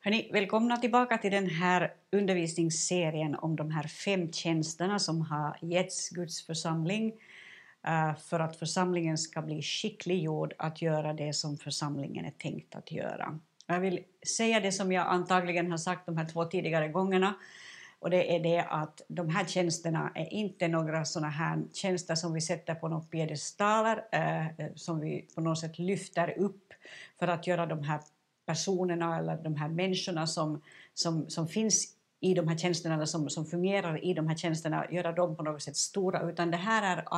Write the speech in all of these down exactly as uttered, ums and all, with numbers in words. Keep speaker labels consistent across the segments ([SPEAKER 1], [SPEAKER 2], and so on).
[SPEAKER 1] Hörrni, välkomna tillbaka till den här undervisningsserien om de här fem tjänsterna som har getts Guds församling uh, för att församlingen ska bli skickliggjord att göra det som församlingen är tänkt att göra. Jag vill säga det som jag antagligen har sagt de här två tidigare gångerna, och det är det att de här tjänsterna är inte några sådana här tjänster som vi sätter på några piedestaler, uh, som vi på något sätt lyfter upp för att göra de här personerna eller de här människorna som, som, som finns i de här tjänsterna, som, som fungerar i de här tjänsterna, göra dem på något sätt stora, utan det här är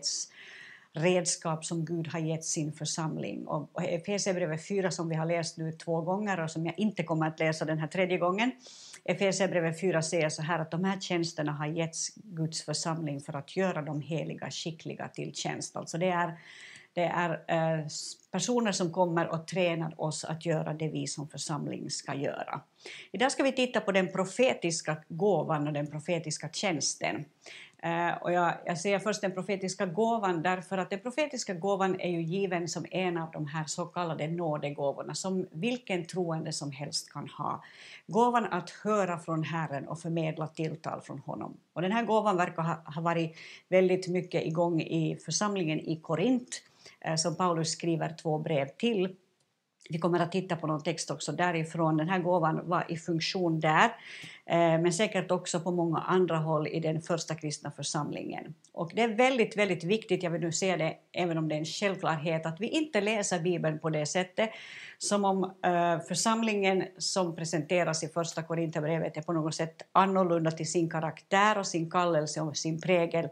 [SPEAKER 1] arbetsredskap som Gud har gett sin församling. Och Efesierbrevet fyra som vi har läst nu två gånger och som jag inte kommer att läsa den här tredje gången, Efesierbrevet fyra säger så här att de här tjänsterna har getts Guds församling för att göra de heliga skickliga till tjänst. Alltså det är Det är eh, personer som kommer och tränar oss att göra det vi som församling ska göra. Idag ska vi titta på den profetiska gåvan och den profetiska tjänsten. Eh, och jag, jag säger först den profetiska gåvan därför att den profetiska gåvan är ju given som en av de här så kallade nådegåvorna som vilken troende som helst kan ha. Gåvan att höra från Herren och förmedla tilltal från honom. Och den här gåvan verkar ha, ha varit väldigt mycket igång i församlingen i Korint, som Paulus skriver två brev till. Vi kommer att titta på någon text också därifrån. Den här gåvan var i funktion där, men säkert också på många andra håll i den första kristna församlingen. Och det är väldigt, väldigt viktigt, jag vill nu säga det även om det är en självklarhet, att vi inte läser Bibeln på det sättet som om församlingen som presenteras i första Korinthierbrevet är på något sätt annorlunda till sin karaktär och sin kallelse och sin prägel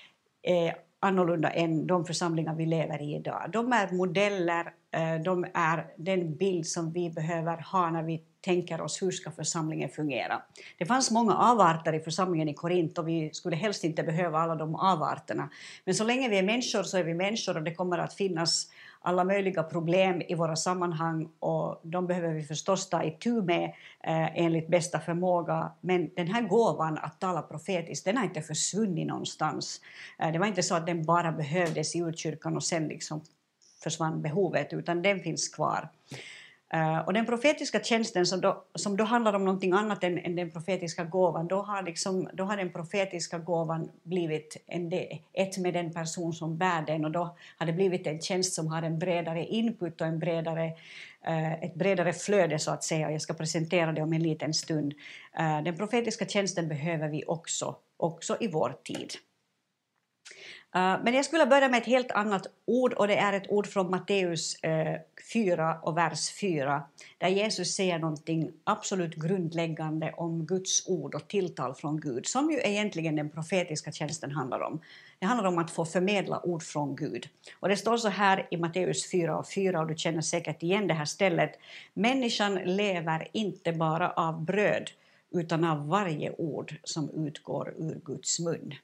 [SPEAKER 1] annorlunda än de församlingar vi lever i idag. De är modeller, de är den bild som vi behöver ha när vi tänker oss hur ska församlingen fungera. Det fanns många avarter i församlingen i Korint och vi skulle helst inte behöva alla de avarterna. Men så länge vi är människor så är vi människor och det kommer att finnas alla möjliga problem i våra sammanhang och de behöver vi förstås ta itu med eh, enligt bästa förmåga. Men den här gåvan att tala profetiskt, den har inte försvunnit någonstans. Eh, det var inte så att den bara behövdes i urkyrkan och sen liksom försvann behovet, utan den finns kvar. Uh, och den profetiska tjänsten som då, som då handlar om någonting annat än, än den profetiska gåvan, då har, liksom, då har den profetiska gåvan blivit en de, ett med den person som bär den, och då har det blivit en tjänst som har en bredare input och en bredare, uh, ett bredare flöde så att säga. Jag ska presentera det om en liten stund. Uh, den profetiska tjänsten behöver vi också, också i vår tid. Uh, men jag skulle börja med ett helt annat ord, och det är ett ord från Matteus uh, fyra och vers fyra där Jesus säger någonting absolut grundläggande om Guds ord och tilltal från Gud, som ju egentligen den profetiska tjänsten handlar om. Det handlar om att få förmedla ord från Gud. Och det står så här i Matteus fyra och fyra, och du känner säkert igen det här stället. Människan lever inte bara av bröd utan av varje ord som utgår ur Guds mun.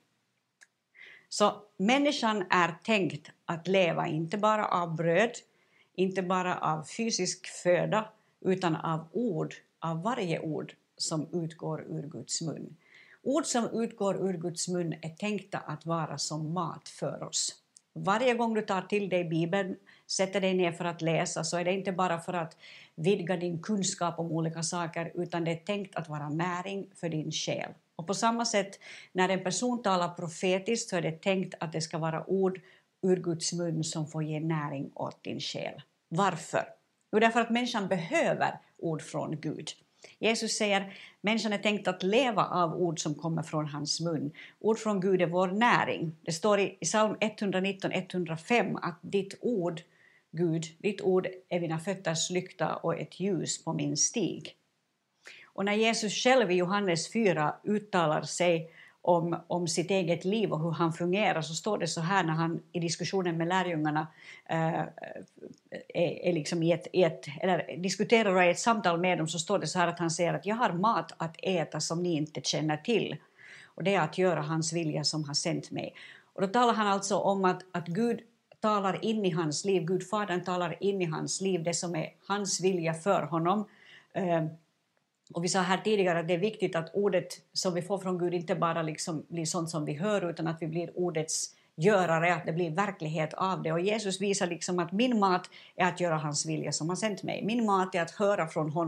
[SPEAKER 1] Så människan är tänkt att leva inte bara av bröd, inte bara av fysisk föda, utan av ord, av varje ord som utgår ur Guds mun. Ord som utgår ur Guds mun är tänkta att vara som mat för oss. Varje gång du tar till dig Bibeln, sätter dig ner för att läsa, så är det inte bara för att vidga din kunskap om olika saker, utan det är tänkt att vara näring för din själ. Och på samma sätt, när en person talar profetiskt så är det tänkt att det ska vara ord ur Guds mun som får ge näring åt din själ. Varför? Jo, därför att människan behöver ord från Gud. Jesus säger att människan är tänkt att leva av ord som kommer från hans mun. Ord från Gud är vår näring. Det står i psalm etthundranitton etthundrafem att ditt ord, Gud, ditt ord är mina fötters lykta och ett ljus på min stig. Och när Jesus själv i Johannes fyra uttalar sig om, om sitt eget liv och hur han fungerar, så står det så här när han i diskussionen med lärjungarna äh, är, är liksom i ett, i ett, eller diskuterar och i ett samtal med dem, så står det så här att han säger att jag har mat att äta som ni inte känner till. Och det är att göra hans vilja som har sänt mig. Och då talar han alltså om att, att Gud talar in i hans liv, Gud Fadern talar in i hans liv, det som är hans vilja för honom. Äh, Och vi sa här tidigare att det är viktigt att ordet som vi får från Gud inte bara liksom blir sånt som vi hör, utan att vi blir ordets görare, att det blir verklighet av det. Och Jesus visar liksom att min mat är att göra hans vilja som har sänt mig. Min mat är att höra från honom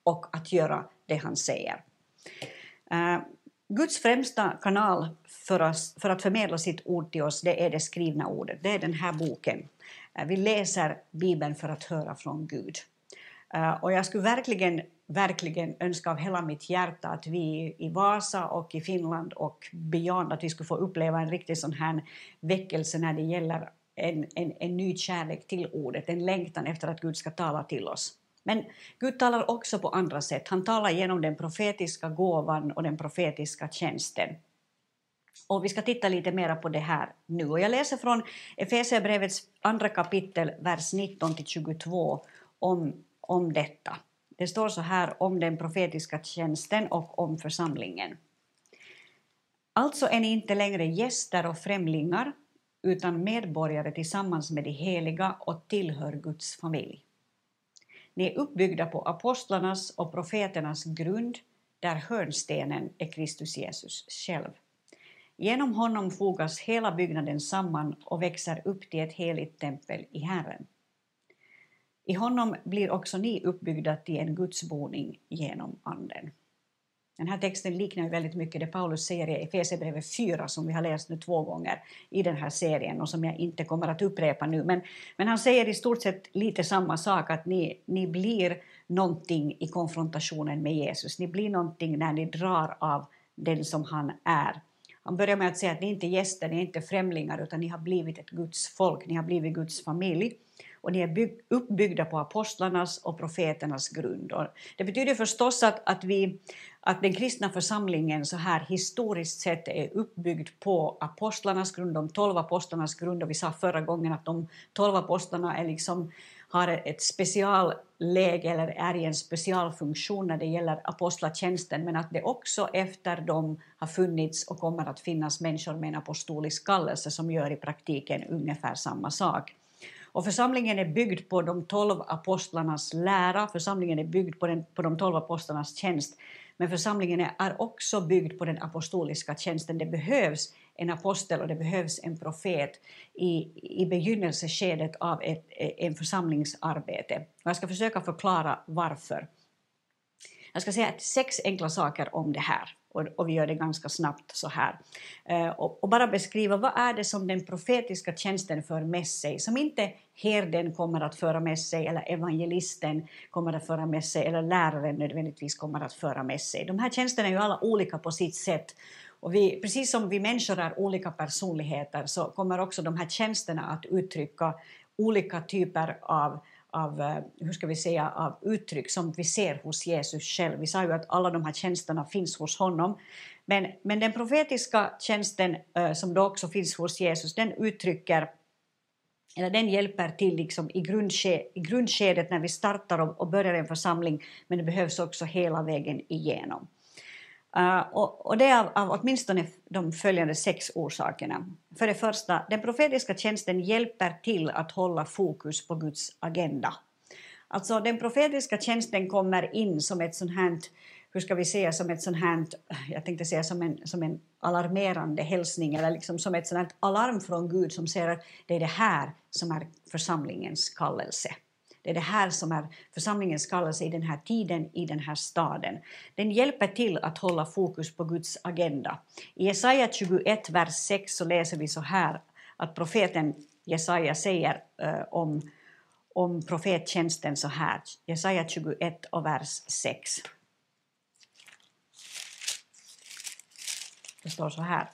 [SPEAKER 1] och att göra det han säger. Uh, Guds främsta kanal för, oss, för att förmedla sitt ord till oss, det är det skrivna ordet. Det är den här boken. Uh, vi läser Bibeln för att höra från Gud. Uh, och jag skulle verkligen, verkligen önska av hela mitt hjärta att vi i Vasa och i Finland och beyond, att vi skulle få uppleva en riktig sån här väckelse när det gäller en, en, en ny kärlek till ordet, en längtan efter att Gud ska tala till oss. Men Gud talar också på andra sätt. Han talar genom den profetiska gåvan och den profetiska tjänsten. Och vi ska titta lite mer på det här nu. Och jag läser från Efesierbrevets andra kapitel, vers nitton till tjugotvå om, om detta. Det står så här om den profetiska tjänsten och om församlingen. Alltså är ni inte längre gäster och främlingar, utan medborgare tillsammans med de heliga och tillhör Guds familj. Ni är uppbyggda på apostlarnas och profeternas grund, där hörnstenen är Kristus Jesus själv. Genom honom fogas hela byggnaden samman och växer upp till ett heligt tempel i Herren. I honom blir också ni uppbyggda till en Guds boning genom anden. Den här texten liknar ju väldigt mycket det Paulus säger i Efesierbrevet fyra som vi har läst nu två gånger i den här serien och som jag inte kommer att upprepa nu. Men, men han säger i stort sett lite samma sak, att ni, ni blir någonting i konfrontationen med Jesus. Ni blir någonting när ni drar av den som han är. Han börjar med att säga att ni inte är gäster, ni är inte främlingar, utan ni har blivit ett Guds folk, ni har blivit Guds familj. Och ni är bygg, uppbyggda på apostlarnas och profeternas grund. Och det betyder förstås att, att, vi, att den kristna församlingen så här historiskt sett är uppbyggd på apostlarnas grund, de tolv apostlarnas grund. Och vi sa förra gången att de tolv apostlarna är liksom, har ett specialläge eller är i en specialfunktion när det gäller apostlatjänsten. Men att det också efter dem har funnits och kommer att finnas människor med en apostolisk kallelse som gör i praktiken ungefär samma sak. Och församlingen är byggd på de tolv apostlarnas lära, församlingen är byggd på, den, på de tolv apostlarnas tjänst, men församlingen är, är också byggd på den apostoliska tjänsten. Det behövs en apostel och det behövs en profet i, i begynnelseskedet av ett, en församlingsarbete. Och jag ska försöka förklara varför. Jag ska säga sex enkla saker om det här. Och, och vi gör det ganska snabbt så här. Uh, och, och bara beskriva vad är det som den profetiska tjänsten för med sig. Som inte herden kommer att föra med sig. Eller evangelisten kommer att föra med sig. Eller läraren nödvändigtvis kommer att föra med sig. De här tjänsterna är ju alla olika på sitt sätt. Och vi, precis som vi människor är olika personligheter. Så kommer också de här tjänsterna att uttrycka olika typer av av, hur ska vi säga, av uttryck som vi ser hos Jesus själv. Vi sa ju att alla de här tjänsterna finns hos honom. Men, men den profetiska tjänsten som då också finns hos Jesus, den uttrycker, eller den hjälper till liksom i, grundske, i grundskedet när vi startar och, och börjar en församling. Men det behövs också hela vägen igenom. Uh, och, och det är av, av åtminstone de följande sex orsakerna. För det första, den profetiska tjänsten hjälper till att hålla fokus på Guds agenda. Alltså den profetiska tjänsten kommer in som ett sånt här, hur ska vi säga, som ett sånt här, jag tänkte säga som en, som en alarmerande hälsning eller liksom som ett sånt här alarm från Gud som säger att det är det här som är församlingens kallelse. Det är det här som är församlingens kallelse i den här tiden, i den här staden. Den hjälper till att hålla fokus på Guds agenda. I Jesaja tjugoett, vers sex så läser vi så här att profeten Jesaja säger uh, om, om profettjänsten så här. Jesaja tjugoett och vers sex. Det står så här.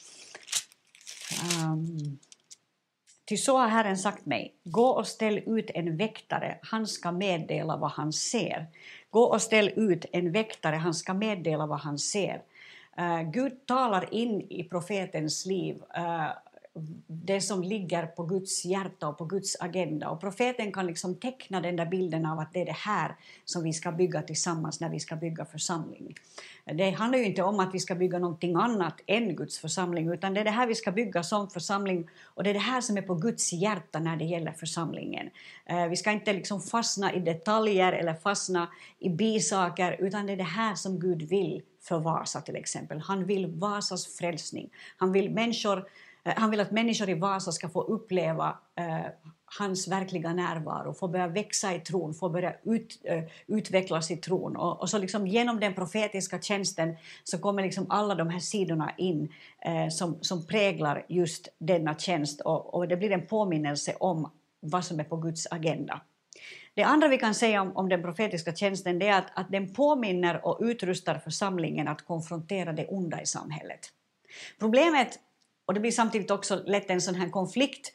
[SPEAKER 1] Um, Ty så har Herren sagt mig, gå och ställ ut en väktare, han ska meddela vad han ser. Gå och ställ ut en väktare, han ska meddela vad han ser. Uh, Gud talar in i profetens liv uh, det som ligger på Guds hjärta och på Guds agenda. Och profeten kan liksom teckna den där bilden av att det är det här som vi ska bygga tillsammans när vi ska bygga församling. Det handlar ju inte om att vi ska bygga någonting annat än Guds församling, utan det är det här vi ska bygga som församling, och det är det här som är på Guds hjärta när det gäller församlingen. Vi ska inte liksom fastna i detaljer eller fastna i bisaker, utan det är det här som Gud vill för Vasa till exempel. Han vill Vasas frälsning. Han vill människor Han vill att människor i Vasa ska få uppleva uh, hans verkliga närvaro, få börja växa i tron, få börja ut, uh, utvecklas i tron. Och, och så liksom genom den profetiska tjänsten så kommer liksom alla de här sidorna in uh, som, som präglar just denna tjänst. Och, och det blir en påminnelse om vad som är på Guds agenda. Det andra vi kan säga om, om den profetiska tjänsten är att, att den påminner och utrustar församlingen att konfrontera det onda i samhället. Problemet, och det blir samtidigt också lätt en sån här konflikt,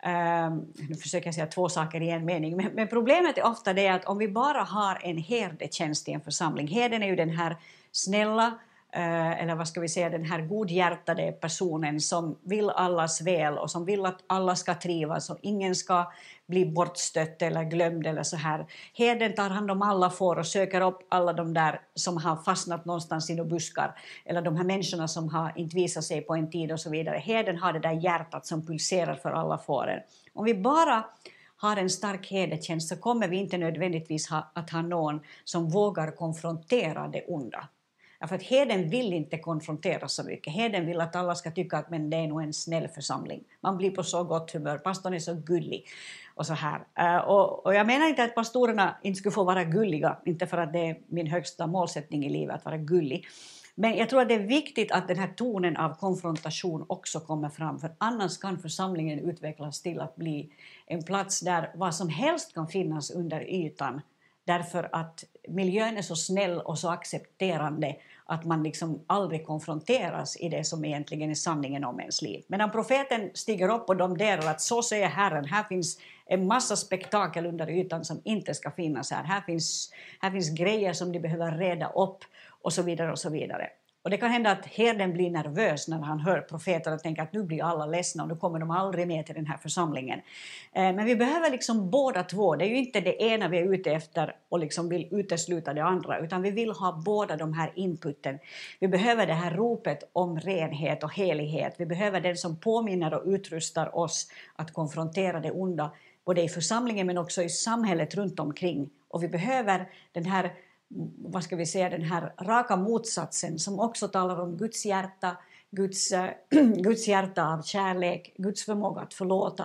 [SPEAKER 1] um, nu försöker jag säga två saker i en mening, men, men problemet är ofta det att om vi bara har en herdetjänst i en församling, herden är ju den här snälla, Uh, eller vad ska vi säga, den här godhjärtade personen som vill allas väl och som vill att alla ska trivas och ingen ska bli bortstött eller glömd eller så här. Herden tar hand om alla får och söker upp alla de där som har fastnat någonstans i några buskar eller de här människorna som har inte visat sig på en tid och så vidare. Herden har det där hjärtat som pulserar för alla fåren. Om vi bara har en stark herdetjänst så kommer vi inte nödvändigtvis ha, att ha någon som vågar konfrontera det onda. För att herden vill inte konfrontera så mycket. Herden vill att alla ska tycka att men det är nog en snäll församling. Man blir på så gott humör. Pastorn är så gullig. Och, så här. Uh, och, och jag menar inte att pastorerna inte skulle få vara gulliga. Inte för att det är min högsta målsättning i livet att vara gullig. Men jag tror att det är viktigt att den här tonen av konfrontation också kommer fram. För annars kan församlingen utvecklas till att bli en plats där vad som helst kan finnas under ytan. Därför att miljön är så snäll och så accepterande att man liksom aldrig konfronteras i det som egentligen är sanningen om ens liv. Medan profeten stiger upp och domderar att så säger Herren, här finns en massa spektakel under ytan som inte ska finnas här. Här finns, här finns grejer som de behöver reda upp och så vidare och så vidare. Och det kan hända att herden blir nervös när han hör profeter och tänker att nu blir alla ledsna och nu kommer de aldrig med till den här församlingen. Men vi behöver liksom båda två. Det är ju inte det ena vi är ute efter och liksom vill utesluta det andra, utan vi vill ha båda de här inputen. Vi behöver det här ropet om renhet och helighet. Vi behöver den som påminner och utrustar oss att konfrontera det onda både i församlingen men också i samhället runt omkring. Och vi behöver den här vad ska vi säga, den här raka motsatsen som också talar om Guds hjärta, Guds, äh, Guds hjärta av kärlek, Guds förmåga att förlåta,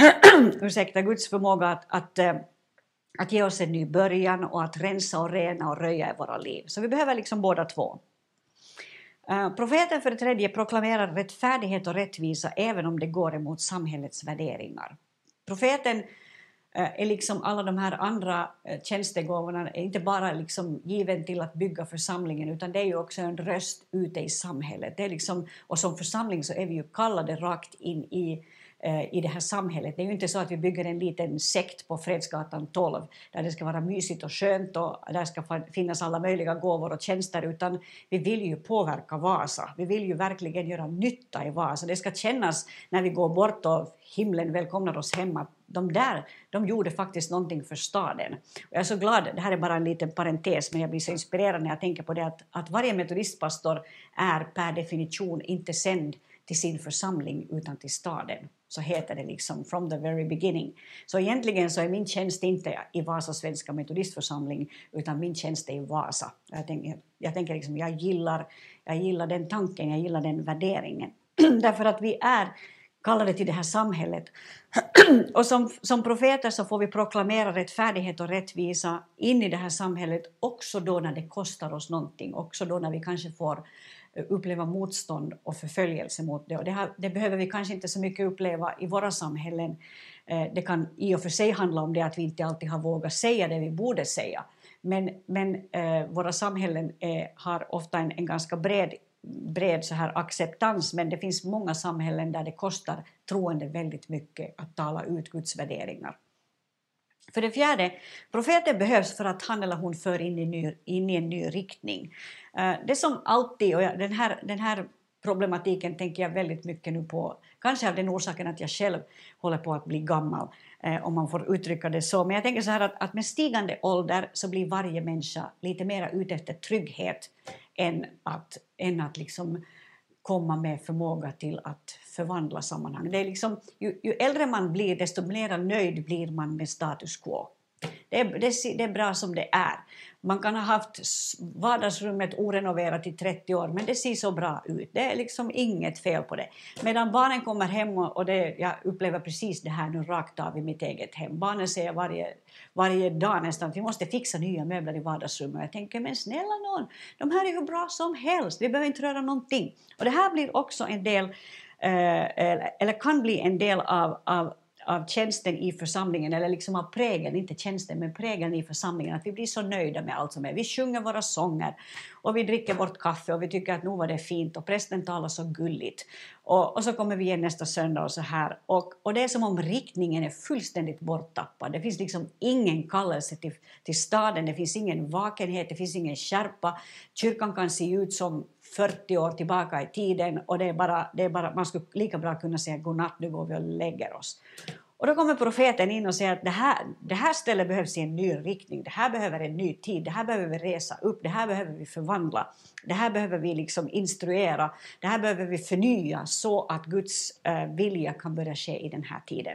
[SPEAKER 1] ursäkta, Guds förmåga att, att, äh, att ge oss en ny början och att rensa och rena och röja i våra liv. Så vi behöver liksom båda två. Uh, profeten för det tredje proklamerar rättfärdighet och rättvisa även om det går emot samhällets värderingar. Profeten är liksom alla de här andra tjänstegåvorna är inte bara liksom given till att bygga församlingen, utan det är ju också en röst ute i samhället. Det är liksom, och som församling så är vi ju kallade rakt in i, eh, i det här samhället. Det är ju inte så att vi bygger en liten sekt på Fredsgatan tolv där det ska vara mysigt och skönt och där ska finnas alla möjliga gåvor och tjänster, utan vi vill ju påverka Vasa. Vi vill ju verkligen göra nytta i Vasa. Det ska kännas när vi går bort och himlen välkomnar oss hemma. De där, de gjorde faktiskt någonting för staden. Och jag är så glad, det här är bara en liten parentes, men jag blir så inspirerad när jag tänker på det att, att varje metodistpastor är per definition inte sänd till sin församling utan till staden. Så heter det liksom from the very beginning. Så egentligen så är min tjänst inte i Vasa svenska metodistförsamling utan min tjänst är i Vasa. Jag tänker, jag tänker liksom, jag gillar, jag gillar den tanken, jag gillar den värderingen. Därför att vi är kallade till det här samhället. Och som, som profeter så får vi proklamera rättfärdighet och rättvisa in i det här samhället också då när det kostar oss någonting. Också då när vi kanske får uppleva motstånd och förföljelse mot det. Och det, här, det behöver vi kanske inte så mycket uppleva i våra samhällen. Det kan i och för sig handla om det att vi inte alltid har vågat säga det vi borde säga. Men, men eh, våra samhällen eh, har ofta en, en ganska bred bred så här acceptans, men det finns många samhällen där det kostar troende väldigt mycket att tala ut Guds värderingar. För det fjärde, profeten behövs för att han eller hon för in i, ny, in i en ny riktning. Det som alltid, och den här, den här problematiken tänker jag väldigt mycket nu på, kanske av den orsaken att jag själv håller på att bli gammal, om man får uttrycka det så. Men jag tänker så här att, att med stigande ålder så blir varje människa lite mer ute efter trygghet än att, än att liksom komma med förmåga till att förvandla sammanhang. Det är liksom, ju, ju äldre man blir desto mer nöjd blir man med status quo. Det är, det, är, det är bra som det är. Man kan ha haft vardagsrummet orenoverat i trettio år, men det ser så bra ut. Det är liksom inget fel på det. Medan barnen kommer hem, och det, jag upplever precis det här nu rakt av i mitt eget hem. Barnen säger varje, varje dag nästan att vi måste fixa nya möbler i vardagsrummet. Jag tänker, men snälla någon, de här är hur bra som helst. Vi behöver inte röra någonting. Och det här blir också en del, eh, eller kan bli en del av, av av tjänsten i församlingen, eller liksom av prägeln, inte tjänsten men prägeln i församlingen, att vi blir så nöjda med allt som är. Vi sjunger våra sånger och vi dricker vårt kaffe och vi tycker att nu var det fint och prästen talar så gulligt. Och, och så kommer vi igen nästa söndag och så här. Och, och det är som om riktningen är fullständigt borttappad. Det finns liksom ingen kallelse till, till staden, det finns ingen vakenhet, det finns ingen skärpa. Kyrkan kan se ut som fyrtio år tillbaka i tiden och det är bara, det är bara, man skulle lika bra kunna säga godnatt, nu går vi och lägger oss. Och då kommer profeten in och säger att det här, det här stället behövs i en ny riktning, det här behöver en ny tid, det här behöver vi resa upp, det här behöver vi förvandla, det här behöver vi liksom instruera, det här behöver vi förnya så att Guds eh, vilja kan börja ske i den här tiden.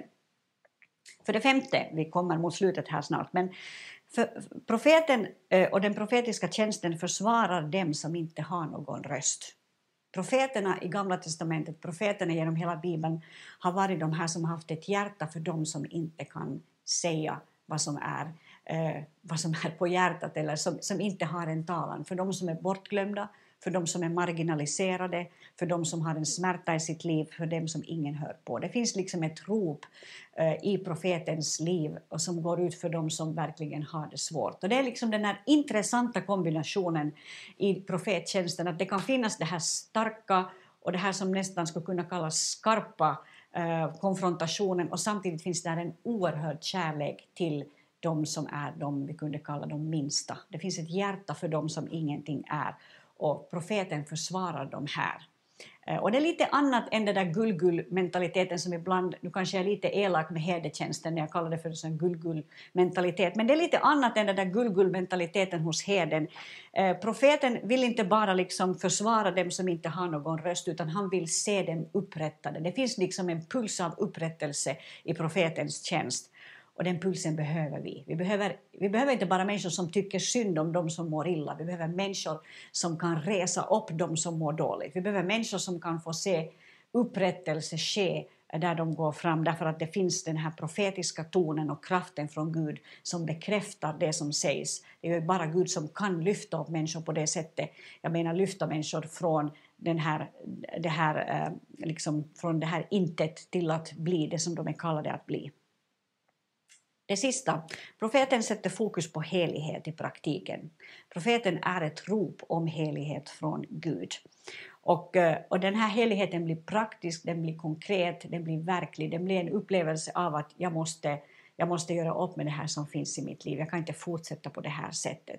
[SPEAKER 1] För det femte, vi kommer mot slutet här snart, men för profeten eh, och den profetiska tjänsten försvarar dem som inte har någon röst. Profeterna i Gamla testamentet, profeterna genom hela Bibeln har varit de här som har haft ett hjärta för dem som inte kan säga vad som är, eh, vad som är på hjärtat eller som, som inte har en talan. För de som är bortglömda, för de som är marginaliserade, för de som har en smärta i sitt liv, för dem som ingen hör på. Det finns liksom ett rop eh, i profetens liv och som går ut för dem som verkligen har det svårt. Och det är liksom den här intressanta kombinationen i profettjänsten, att det kan finnas det här starka och det här som nästan skulle kunna kallas skarpa eh, konfrontationen, och samtidigt finns där en oerhörd kärlek till de som är de vi kunde kalla de minsta. Det finns ett hjärta för dem som ingenting är. Och profeten försvarar de här. Och det är lite annat än den där gull-gull-mentaliteten som ibland, nu kanske jag är lite elak med herdetjänsten när jag kallar det för en gull-gull-mentalitet, men det är lite annat än den där gull-gull-mentaliteten hos herden. Eh, profeten vill inte bara liksom försvara dem som inte har någon röst, utan han vill se dem upprättade. Det finns liksom en puls av upprättelse i profetens tjänst. Och den pulsen behöver vi. Vi behöver, vi behöver inte bara människor som tycker synd om de som mår illa. Vi behöver människor som kan resa upp de som mår dåligt. Vi behöver människor som kan få se upprättelse ske där de går fram. Därför att det finns den här profetiska tonen och kraften från Gud som bekräftar det som sägs. Det är ju bara Gud som kan lyfta upp människor på det sättet. Jag menar lyfta människor från den här, det här, liksom, från det här intet till att bli det som de är kallade att bli. Det sista, profeten sätter fokus på helighet i praktiken. Profeten är ett rop om helighet från Gud. Och, och den här heligheten blir praktisk, den blir konkret, den blir verklig. Den blir en upplevelse av att jag måste, jag måste göra upp med det här som finns i mitt liv. Jag kan inte fortsätta på det här sättet.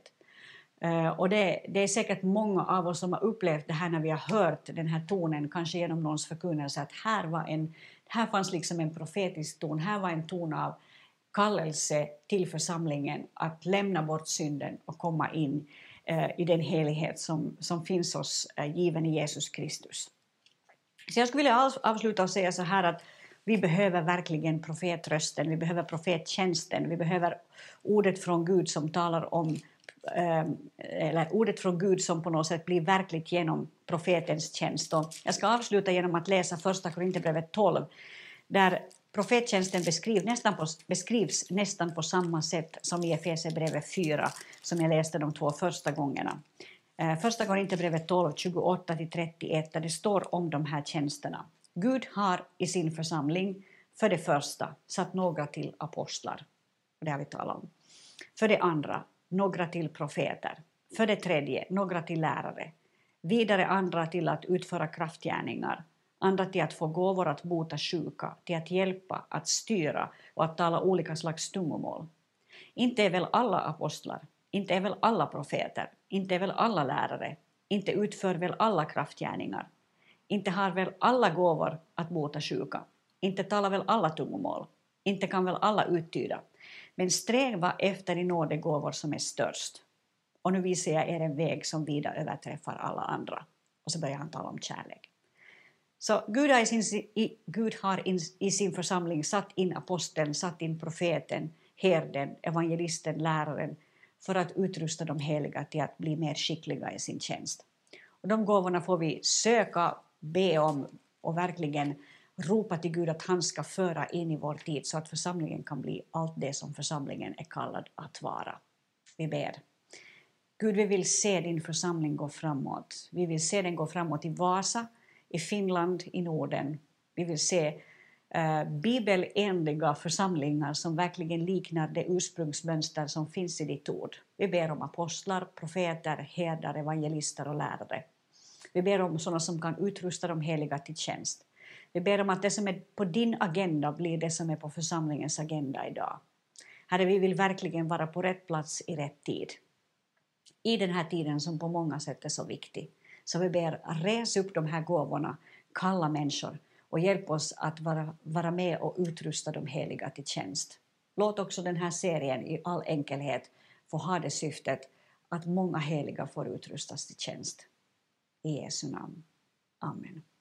[SPEAKER 1] Och det, det är säkert många av oss som har upplevt det här när vi har hört den här tonen, kanske genom någons förkunnelse, att här, var en, här fanns liksom en profetisk ton, här var en ton av kallelse till församlingen att lämna bort synden och komma in eh, i den helighet som, som finns oss eh, given i Jesus Kristus. Så jag skulle vilja avsluta och säga så här att vi behöver verkligen profetrösten, vi behöver profettjänsten, vi behöver ordet från Gud som talar om, eh, eller ordet från Gud som på något sätt blir verkligt genom profetens tjänst. Och jag ska avsluta genom att läsa första Korinthierbrevet tolv, där profettjänsten beskrivs nästan, på, beskrivs nästan på samma sätt som i Efesierbrevet fyra, som jag läste de två första gångerna. Eh, första Korinthierbrevet tolv, tjugoåtta till trettioett, där det står om de här tjänsterna. Gud har i sin församling för det första satt några till apostlar, det har vi talat om. För det andra, några till profeter. För det tredje, några till lärare. Vidare andra till att utföra kraftgärningar. Andra till att få gåvor att bota sjuka, till att hjälpa, att styra och att tala olika slags tungomål. Inte är väl alla apostlar, inte är väl alla profeter, inte är väl alla lärare, inte utför väl alla kraftgärningar. Inte har väl alla gåvor att bota sjuka, inte talar väl alla tungomål, inte kan väl alla uttyda. Men sträva efter i nådegåvor som är störst. Och nu visar jag er en väg som vida överträffar alla andra. Och så börjar han tala om kärlek. Så Gud har, i sin, i, Gud har in, i sin församling satt in aposteln, satt in profeten, herden, evangelisten, läraren, för att utrusta de heliga till att bli mer skickliga i sin tjänst. Och de gåvorna får vi söka, be om och verkligen ropa till Gud att han ska föra in i vår tid så att församlingen kan bli allt det som församlingen är kallad att vara. Vi ber. Gud, vi vill se din församling gå framåt. Vi vill se den gå framåt i Vasa, i Finland, i Norden. Vi vill se uh, bibelenliga församlingar som verkligen liknar det ursprungsmönster som finns i ditt ord. Vi ber om apostlar, profeter, herdar, evangelister och lärare. Vi ber om sådana som kan utrusta de heliga till tjänst. Vi ber om att det som är på din agenda blir det som är på församlingens agenda idag. Herre, vi vill verkligen vara på rätt plats i rätt tid. I den här tiden som på många sätt är så viktig. Så vi ber, res upp de här gåvorna, kalla människor och hjälp oss att vara, vara med och utrusta de heliga till tjänst. Låt också den här serien i all enkelhet få ha det syftet att många heliga får utrustas till tjänst. I Jesu namn. Amen.